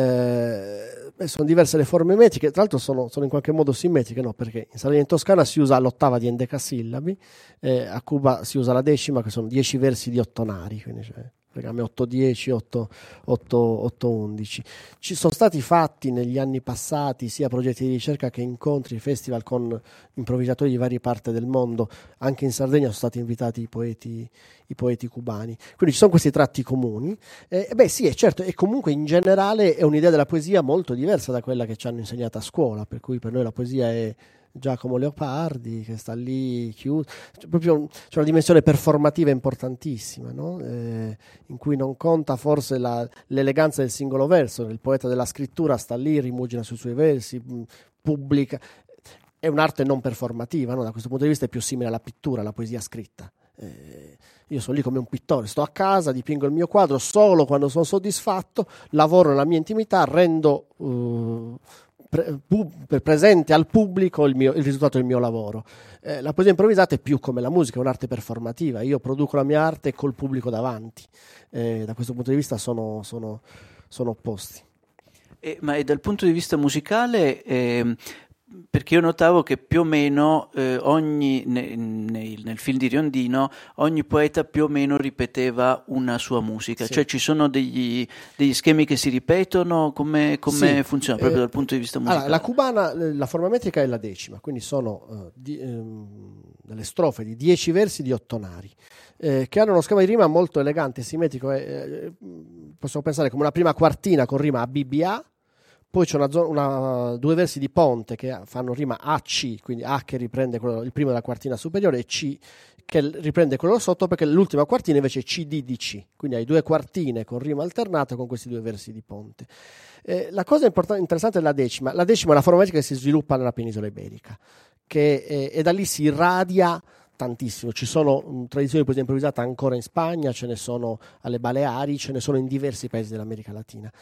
Eh, sono diverse le forme metriche, tra l'altro sono, sono in qualche modo simmetriche, no? Perché in Sardegna e in Toscana si usa l'ottava di endecasillabi, eh, a Cuba si usa la decima, che sono dieci versi di ottonari, quindi cioè legame otto dieci, otto undici. Ci sono stati fatti negli anni passati sia progetti di ricerca che incontri, festival con improvvisatori di varie parti del mondo. Anche in Sardegna sono stati invitati i poeti, i poeti cubani. Quindi ci sono questi tratti comuni. E eh, beh sì, è certo, e comunque in generale è un'idea della poesia molto diversa da quella che ci hanno insegnato a scuola, per cui per noi la poesia è Giacomo Leopardi che sta lì chiuso, c'è proprio c'è una dimensione performativa importantissima, no? eh, in cui non conta forse la, l'eleganza del singolo verso. Il poeta della scrittura sta lì, rimugina sui suoi versi, pubblica, è un'arte non performativa, no? Da questo punto di vista è più simile alla pittura, alla poesia scritta. Eh, io sono lì come un pittore, sto a casa, dipingo il mio quadro solo quando sono soddisfatto, lavoro nella mia intimità, rendo uh, Pre, pu, presente al pubblico il, mio, il risultato del mio lavoro. Eh, la poesia improvvisata è più come la musica, è un'arte performativa. Io produco la mia arte col pubblico davanti. Eh, da questo punto di vista sono, sono, sono opposti. Eh, ma è dal punto di vista musicale, eh, perché io notavo che più o meno eh, ogni ne, ne, nel film di Riondino ogni poeta più o meno ripeteva una sua musica, sì. Cioè ci sono degli, degli schemi che si ripetono, come, come sì. funziona proprio eh, dal punto di vista musicale? Allora, la cubana, la forma metrica è la decima, quindi sono uh, di, um, delle strofe di dieci versi di ottonari eh, che hanno uno schema di rima molto elegante, simmetrico. Eh, possiamo pensare come una prima quartina con rima A B B A. Poi c'è una, una, due versi di ponte che fanno rima A C, quindi A che riprende quello, il primo della quartina superiore e C che riprende quello sotto, perché l'ultima quartina invece è C D di C, quindi hai due quartine con rima alternata con questi due versi di ponte. Eh, la cosa import- interessante è la decima. La decima è la forma metrica che si sviluppa nella penisola iberica, che è, e da lì si irradia tantissimo. Ci sono um, tradizioni di poesia improvvisata ancora in Spagna, ce ne sono alle Baleari, ce ne sono in diversi paesi dell'America Latina.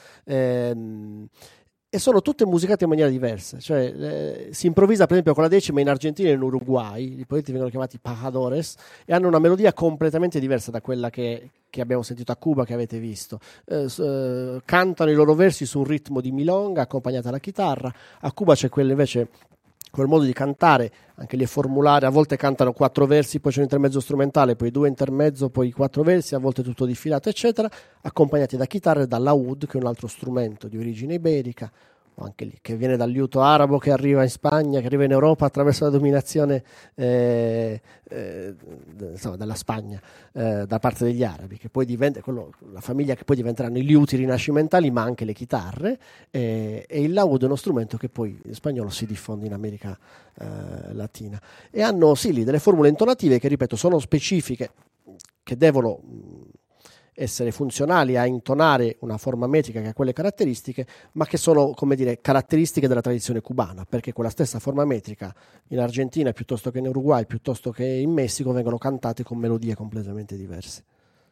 Ehm, E sono tutte musicate in maniera diversa, cioè eh, si improvvisa per esempio con la decima in Argentina e in Uruguay, i poeti vengono chiamati pajadores e hanno una melodia completamente diversa da quella che, che abbiamo sentito a Cuba, che avete visto. Eh, eh, cantano i loro versi su un ritmo di milonga accompagnata alla chitarra. A Cuba c'è quella invece quel modo di cantare, anche lì è formulare, a volte cantano quattro versi, poi c'è un intermezzo strumentale, poi due intermezzo, poi quattro versi, a volte tutto diffilato, eccetera, accompagnati da chitarre e da laúd, che è un altro strumento di origine iberica, o anche lì, che viene dal liuto arabo che arriva in Spagna, che arriva in Europa attraverso la dominazione eh, eh, insomma, della Spagna eh, da parte degli arabi, che poi diventa quello, la famiglia che poi diventeranno i liuti rinascimentali, ma anche le chitarre, eh, e il laúd è uno strumento che poi in spagnolo si diffonde in America eh, Latina, e hanno sì lì delle formule intonative che, ripeto, sono specifiche, che devono essere funzionali a intonare una forma metrica che ha quelle caratteristiche, ma che sono, come dire, caratteristiche della tradizione cubana, perché quella stessa forma metrica in Argentina, piuttosto che in Uruguay, piuttosto che in Messico, vengono cantate con melodie completamente diverse.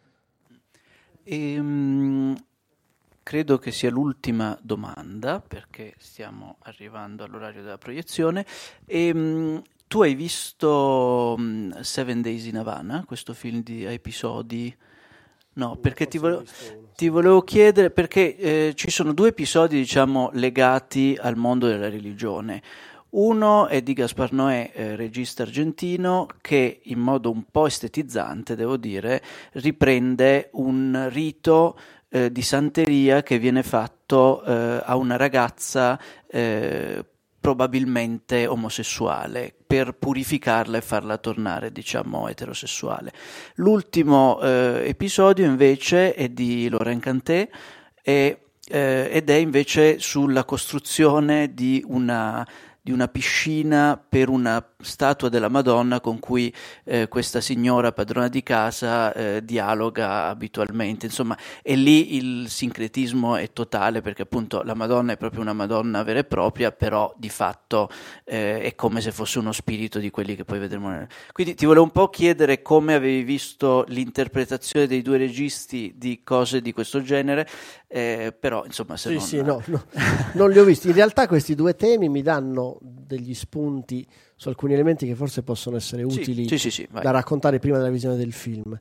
Ehm, credo che sia l'ultima domanda, perché stiamo arrivando all'orario della proiezione. Ehm, tu hai visto um, Seven Days in Havana, questo film di episodi? No, perché ti volevo, ti volevo chiedere, perché eh, ci sono due episodi, diciamo, legati al mondo della religione. Uno è di Gaspar Noè, eh, regista argentino, che in modo un po' estetizzante, devo dire, riprende un rito eh, di santeria che viene fatto eh, a una ragazza eh, probabilmente omosessuale, per purificarla e farla tornare, diciamo, eterosessuale. L'ultimo eh, episodio invece è di Laurent Cantet e, eh, ed è invece sulla costruzione di una di una piscina per una statua della Madonna con cui eh, questa signora padrona di casa eh, dialoga abitualmente. Insomma, e lì il sincretismo è totale, perché appunto la Madonna è proprio una Madonna vera e propria, però di fatto eh, è come se fosse uno spirito di quelli che poi vedremo. Nel... Quindi ti volevo un po' chiedere come avevi visto l'interpretazione dei due registi di cose di questo genere, eh, però insomma se sì, non... Sì, no, no, non li ho visti. In realtà questi due temi mi danno degli spunti su alcuni elementi che forse possono essere utili sì, sì, sì, sì, da raccontare prima della visione del film.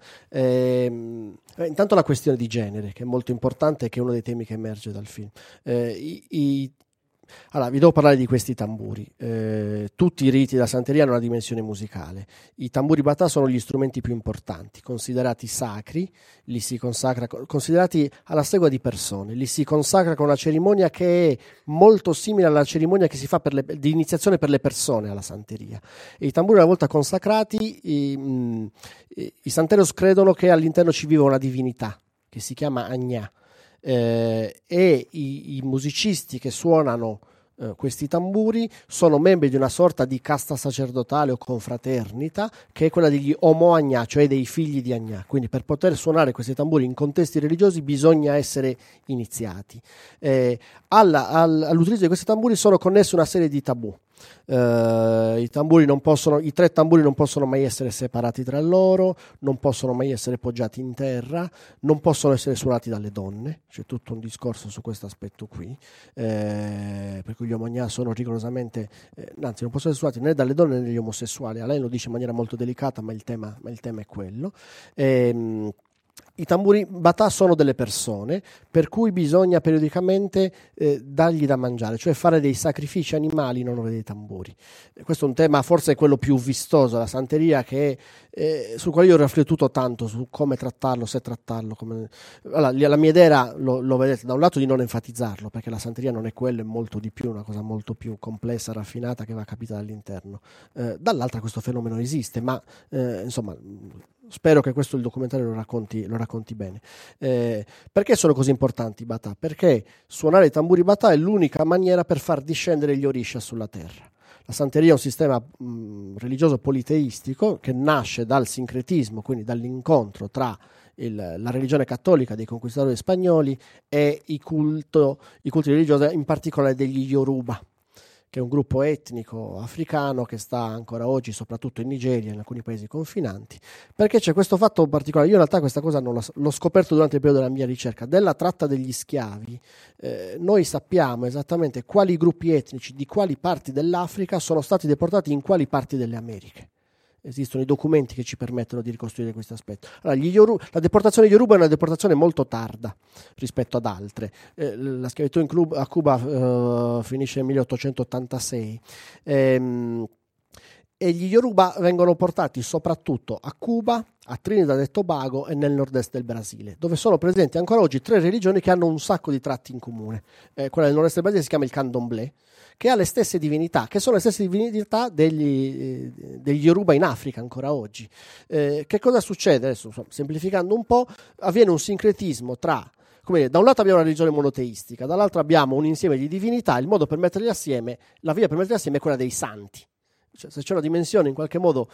Eh, intanto la questione di genere, che è molto importante e che è uno dei temi che emerge dal film. Eh, i, i, allora, vi devo parlare di questi tamburi. Eh, tutti i riti della santeria hanno una dimensione musicale. I tamburi batà sono gli strumenti più importanti, considerati sacri, li si consacra, considerati alla stregua di persone, li si consacra con una cerimonia che è molto simile alla cerimonia che si fa per le, di iniziazione per le persone alla santeria. E i tamburi, una volta consacrati, i, mh, i, i santeros credono che all'interno ci viva una divinità che si chiama Agnà. Eh, e i, i musicisti che suonano eh, questi tamburi sono membri di una sorta di casta sacerdotale o confraternita, che è quella degli Homo Agnà, cioè dei figli di Agnà. Quindi per poter suonare questi tamburi in contesti religiosi bisogna essere iniziati. Eh, alla, all, all'utilizzo di questi tamburi sono connesse una serie di tabù. Uh, i tamburi non possono, i tre tamburi non possono mai essere separati tra loro, non possono mai essere poggiati in terra, non possono essere suonati dalle donne. C'è tutto un discorso su questo aspetto qui, eh, per cui gli omognà sono rigorosamente eh, anzi non possono essere suonati né dalle donne né dagli omosessuali. A lei lo dice in maniera molto delicata, ma il tema, ma il tema è quello. eh, I tamburi batà sono delle persone, per cui bisogna periodicamente eh, dargli da mangiare, cioè fare dei sacrifici animali in onore dei tamburi. E questo è un tema forse quello più vistoso, la santeria, che eh, sul quale io ho riflettuto tanto su come trattarlo, se trattarlo. Come... Allora, la mia idea era, lo, lo vedete, da un lato di non enfatizzarlo, perché la santeria non è quello, è molto di più, una cosa molto più complessa, raffinata, che va capita dall'interno. Eh, dall'altra questo fenomeno esiste, ma eh, insomma... Spero che questo il documentario lo racconti, lo racconti bene. Eh, perché sono così importanti i batà? Perché suonare i tamburi batà è l'unica maniera per far discendere gli orishas sulla terra. La santeria è un sistema mh, religioso politeistico che nasce dal sincretismo, quindi dall'incontro tra il, la religione cattolica dei conquistadori spagnoli e i, culto, i culti religiosi, in particolare degli Yoruba, che è un gruppo etnico africano che sta ancora oggi soprattutto in Nigeria e in alcuni paesi confinanti, perché c'è questo fatto particolare. Io in realtà questa cosa non l'ho, l'ho scoperto durante il periodo della mia ricerca della tratta degli schiavi. Eh, noi sappiamo esattamente quali gruppi etnici di quali parti dell'Africa sono stati deportati in quali parti delle Americhe. Esistono i documenti che ci permettono di ricostruire questo aspetto. Allora, gli Yoruba, la deportazione Yoruba è una deportazione molto tarda rispetto ad altre. Eh, la schiavitù in Cuba, a Cuba eh, finisce nel milleottocentottantasei. Ehm, e gli Yoruba vengono portati soprattutto a Cuba, a Trinidad e Tobago e nel nord-est del Brasile, dove sono presenti ancora oggi tre religioni che hanno un sacco di tratti in comune. Eh, quella del nord-est del Brasile si chiama il Candomblé, che ha le stesse divinità, che sono le stesse divinità degli, eh, degli Yoruba in Africa ancora oggi. Eh, che cosa succede? Adesso, semplificando un po', avviene un sincretismo tra, come dire, da un lato abbiamo una religione monoteistica, dall'altro abbiamo un insieme di divinità. Il modo per metterli assieme, la via per metterli assieme è quella dei santi. Cioè, se c'è una dimensione in qualche modo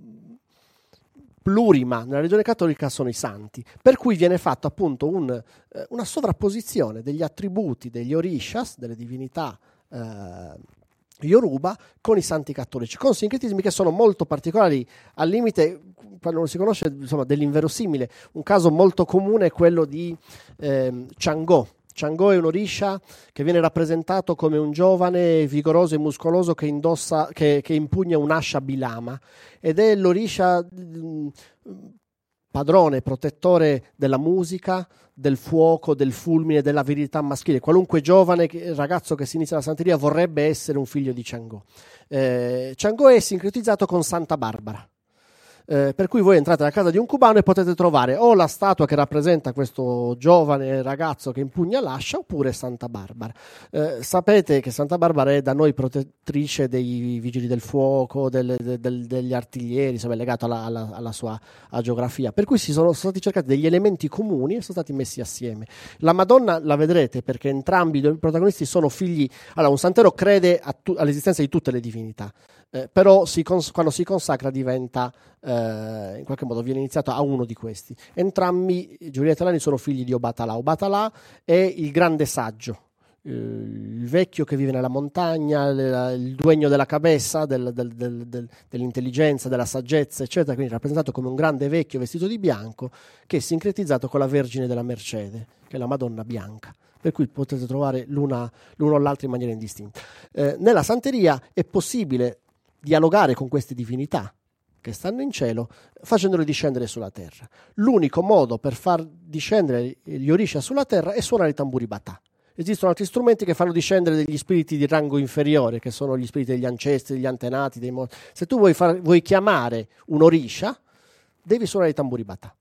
plurima nella religione cattolica, sono i santi, per cui viene fatto appunto un, eh, una sovrapposizione degli attributi degli orishas, delle divinità eh, Yoruba, con i santi cattolici, con sincretismi che sono molto particolari, al limite, quando non si conosce, insomma, dell'inverosimile. Un caso molto comune è quello di eh, Chang'o. Chang'o è un orisha che viene rappresentato come un giovane vigoroso e muscoloso che indossa, che, che impugna un'ascia bilama, ed è l'orisha mh, padrone, protettore della musica, del fuoco, del fulmine, della virilità maschile. Qualunque giovane che, ragazzo che si inizia la santeria vorrebbe essere un figlio di Chang'o. Eh, Chang'o è sincretizzato con Santa Barbara. Eh, per cui voi entrate nella casa di un cubano e potete trovare o la statua che rappresenta questo giovane ragazzo che impugna l'ascia, oppure Santa Barbara. Eh, sapete che Santa Barbara è da noi protettrice dei vigili del fuoco, del, del, del, degli artiglieri, insomma è legato alla, alla, alla sua geografia, per cui si sono, sono stati cercati degli elementi comuni e sono stati messi assieme. La Madonna la vedrete perché entrambi i protagonisti sono figli. Allora, un santero crede a tu, all'esistenza di tutte le divinità. Eh, però si cons- quando si consacra diventa, eh, in qualche modo viene iniziato a uno di questi. Entrambi, Giulietta e Lani, sono figli di Obatala. Obatala è il grande saggio, eh, il vecchio che vive nella montagna, il, il duegno della cabeza, del, del, del, del, dell'intelligenza, della saggezza, eccetera, quindi rappresentato come un grande vecchio vestito di bianco, che è sincretizzato con la Vergine della Mercede, che è la Madonna bianca, per cui potete trovare l'una, l'uno o l'altro in maniera indistinta. Eh, nella santeria è possibile dialogare con queste divinità che stanno in cielo, facendole discendere sulla terra. L'unico modo per far discendere gli orisha sulla terra è suonare i tamburi batà. Esistono altri strumenti che fanno discendere degli spiriti di rango inferiore, che sono gli spiriti degli ancestri, degli antenati, dei morti. Se tu vuoi, far, vuoi chiamare un orisha, devi suonare i tamburi batà.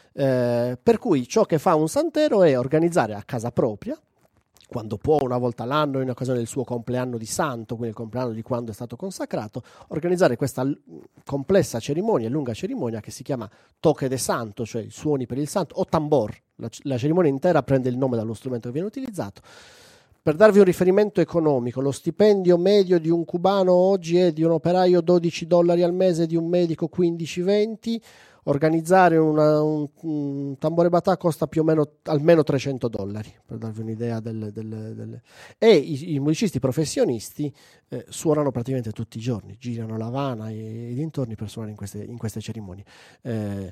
Eh, per cui ciò che fa un santero è organizzare a casa propria, quando può, una volta l'anno, in occasione del suo compleanno di santo, quindi il compleanno di quando è stato consacrato, organizzare questa l- complessa cerimonia, lunga cerimonia, che si chiama toque de santo, cioè i suoni per il santo, o tambor. La, la cerimonia intera prende il nome dallo strumento che viene utilizzato. Per darvi un riferimento economico, lo stipendio medio di un cubano oggi è di un operaio dodici dollari al mese, di un medico quindici venti. Organizzare una, un, un tambore batà costa più o meno almeno trecento dollari, per darvi un'idea del, del, del... e i, i musicisti professionisti eh, suonano praticamente tutti i giorni, girano La Habana e i dintorni per suonare in queste, in queste cerimonie. Eh,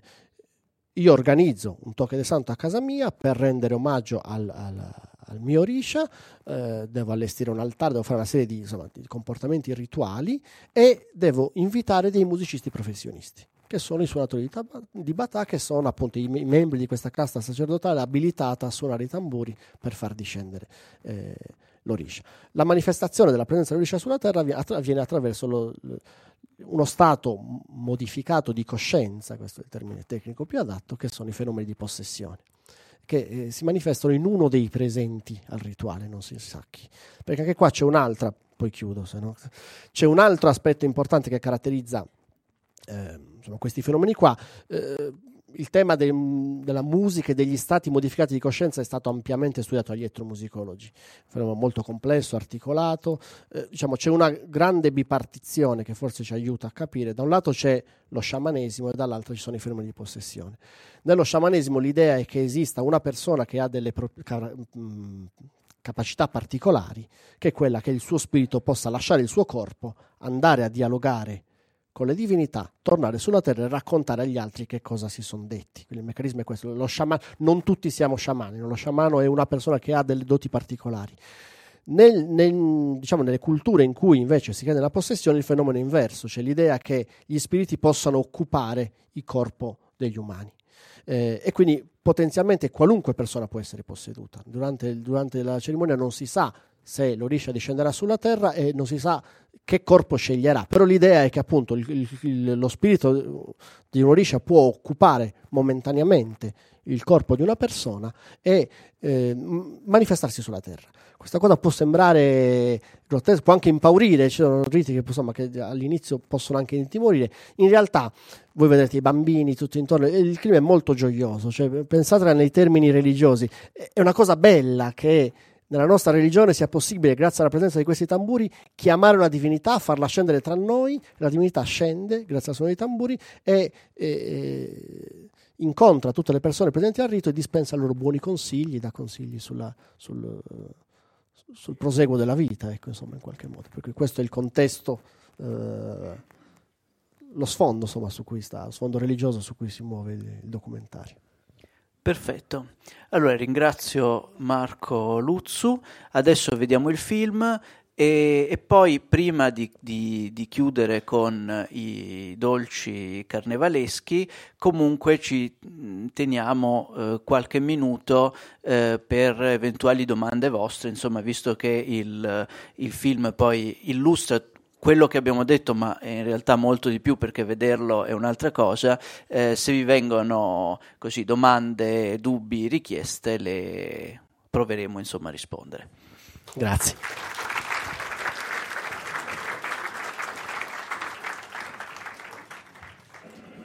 io organizzo un toque de santo a casa mia per rendere omaggio al, al, al mio orisha, eh, devo allestire un altare, devo fare una serie di, insomma, di comportamenti rituali e devo invitare dei musicisti professionisti, che sono i suonatori di, tab- di batà, che sono appunto i, i membri di questa casta sacerdotale abilitata a suonare i tamburi per far discendere eh, l'orisha. La manifestazione della presenza dell'orisha sulla terra avviene attraverso lo, lo, uno stato modificato di coscienza, questo è il termine tecnico più adatto, che sono i fenomeni di possessione, che eh, si manifestano in uno dei presenti al rituale, non si sa chi. Perché anche qua c'è un'altra, poi chiudo, se no, c'è un altro aspetto importante che caratterizza Eh, insomma, questi fenomeni qua. Eh, il tema de, della musica e degli stati modificati di coscienza è stato ampiamente studiato dagli etnomusicologi, un fenomeno molto complesso, articolato. Eh, diciamo, c'è una grande bipartizione che forse ci aiuta a capire. Da un lato c'è lo sciamanesimo e dall'altro ci sono i fenomeni di possessione. Nello sciamanesimo l'idea è che esista una persona che ha delle pro- car- mh, capacità particolari, che è quella che il suo spirito possa lasciare il suo corpo, andare a dialogare con le divinità, tornare sulla terra e raccontare agli altri che cosa si sono detti. Quindi il meccanismo è questo. Lo sciamano, non tutti siamo sciamani, lo sciamano è una persona che ha delle doti particolari. Nel, nel, diciamo, nelle culture in cui invece si crede nella possessione, il fenomeno è inverso, cioè l'idea che gli spiriti possano occupare il corpo degli umani. Eh, e quindi potenzialmente qualunque persona può essere posseduta. Durante, durante la cerimonia non si sa se l'Orisha discenderà sulla terra e non si sa che corpo sceglierà, però l'idea è che appunto il, il, lo spirito di un Orisha può occupare momentaneamente il corpo di una persona e eh, manifestarsi sulla terra. Questa cosa può sembrare grottesca, può anche impaurire, ci sono riti che, insomma, che all'inizio possono anche intimorire. In realtà voi vedrete i bambini tutto intorno, il clima è molto gioioso, cioè, pensate nei termini religiosi, è una cosa bella che nella nostra religione sia possibile, grazie alla presenza di questi tamburi, chiamare una divinità, farla scendere tra noi, la divinità scende grazie al suono dei tamburi e, e incontra tutte le persone presenti al rito e dispensa loro buoni consigli, dà consigli sulla, sul, sul proseguo della vita, ecco, insomma, in qualche modo. Perché questo è il contesto, eh, lo sfondo, insomma, su cui sta, lo sfondo religioso su cui si muove il, il documentario. Perfetto, allora ringrazio Marco Luzzu, adesso vediamo il film e, e poi prima di, di, di chiudere con i dolci carnevaleschi comunque ci teniamo eh, qualche minuto eh, per eventuali domande vostre, insomma, visto che il, il film poi illustra quello che abbiamo detto, ma in realtà molto di più, perché vederlo è un'altra cosa. Eh, se vi vengono così domande, dubbi, richieste, le proveremo insomma a rispondere. Grazie.